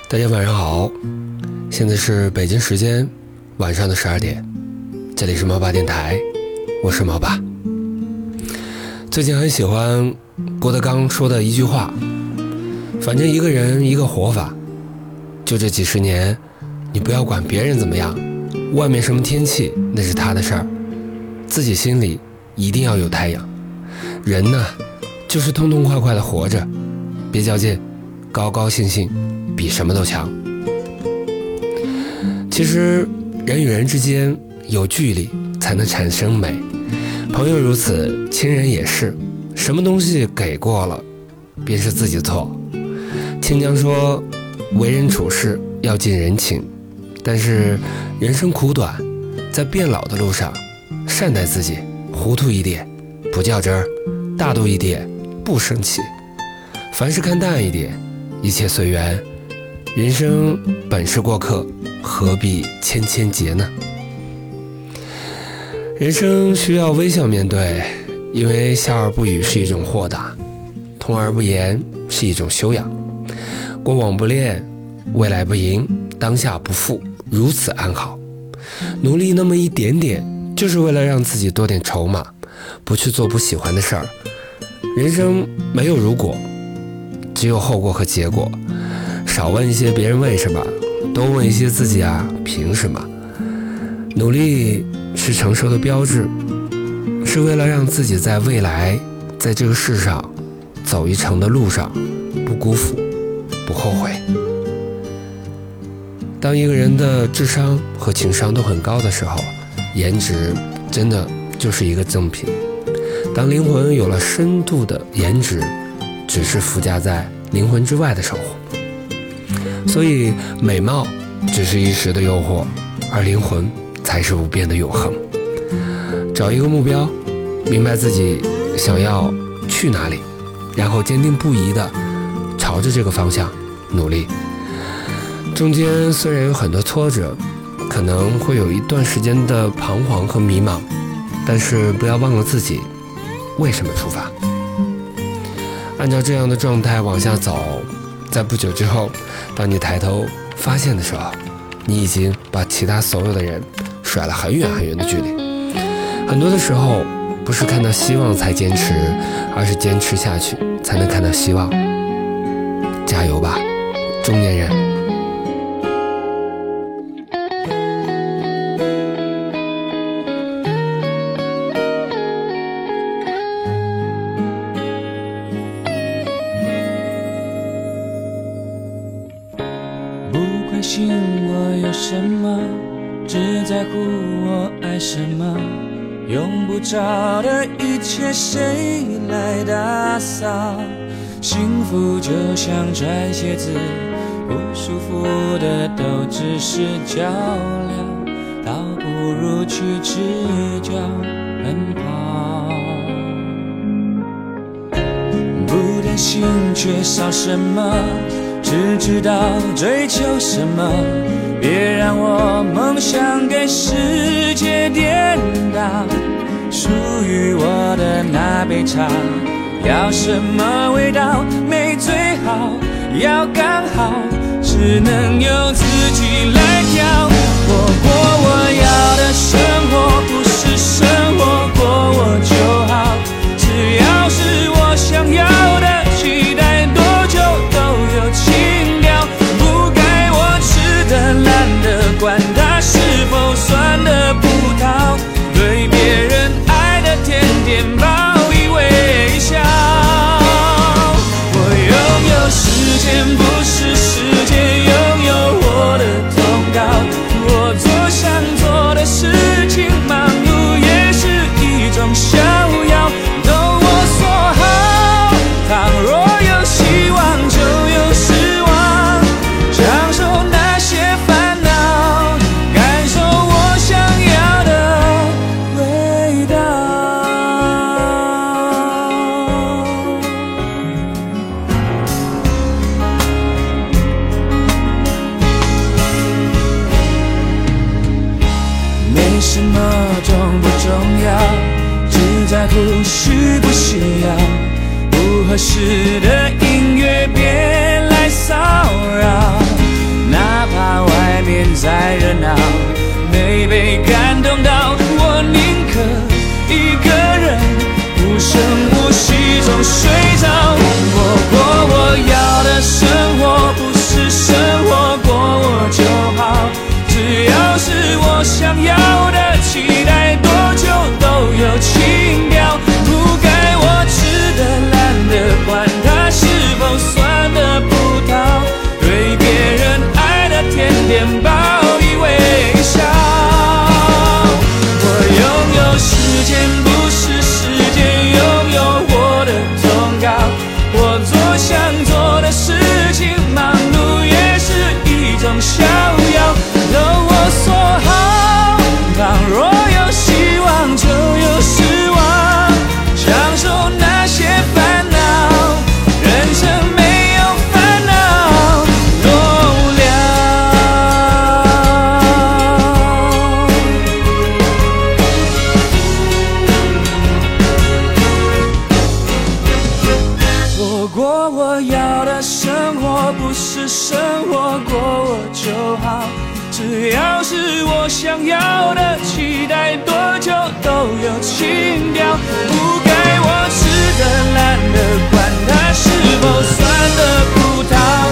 大家晚上好，现在是北京时间晚上的12点，这里是猫爸电台，我是猫爸。最近很喜欢郭德纲说的一句话，反正一个人一个活法，就这几十年，你不要管别人怎么样，外面什么天气那是他的事儿，自己心里一定要有太阳。人呢，就是痛痛快快的活着，别较劲，高高兴兴比什么都强。其实人与人之间有距离才能产生美，朋友如此，亲人也是，什么东西给过了便是自己错。亲娘说为人处事要尽人情，但是人生苦短，在变老的路上善待自己，糊涂一点不较真儿，大度一点不生气，凡事看淡一点，一切随缘。人生本是过客，何必千千结呢？人生需要微笑面对，因为笑而不语是一种豁达，痛而不言是一种修养。过往不恋，未来不迎，当下不负，如此安好。努力那么一点点，就是为了让自己多点筹码，不去做不喜欢的事儿。人生没有如果，只有后果和结果。少问一些别人为什么，多问一些自己凭什么。努力是成熟的标志，是为了让自己在未来在这个世上走一程的路上不辜负不后悔。当一个人的智商和情商都很高的时候，颜值真的就是一个赠品。当灵魂有了深度的颜值，只是附加在灵魂之外的守护。所以美貌只是一时的诱惑，而灵魂才是不变的永恒。找一个目标，明白自己想要去哪里，然后坚定不移地朝着这个方向努力。中间虽然有很多挫折，可能会有一段时间的彷徨和迷茫，但是不要忘了自己为什么出发。按照这样的状态往下走，在不久之后，当你抬头发现的时候，你已经把其他所有的人甩了很远很远的距离。很多的时候不是看到希望才坚持，而是坚持下去才能看到希望。加油吧，中年人。 不关心我有什么，只在乎我爱什么，用不着的一切谁来打扫？幸福就像穿鞋子，不舒服的都只是较量，倒不如去赤脚奔跑。不担心缺少什么，只知道追求什么，别让我梦想给世界颠倒。属于我的那杯茶，要什么味道没最好，要刚好，只能由自己来挑。我过我要的生活，不是生活过我就好，只要是我想要的，期待多久都有情调，不该我吃的懒得管它是否酸的葡萄，对别人爱的甜点报以微笑。我拥有时间，不是时间拥有我的通告，我做想做的事情，忙碌也是一种逍遥，都我所好。倘若有希望就有失望，享受那些烦恼，感受我想要的味道。没什么重不重要，只在乎需不需要，不合适的音乐别来骚扰。 我不是生活过我就好，只要是我想要的，期待多久都有情调。不该我吃的烂的，管它是否酸的葡萄。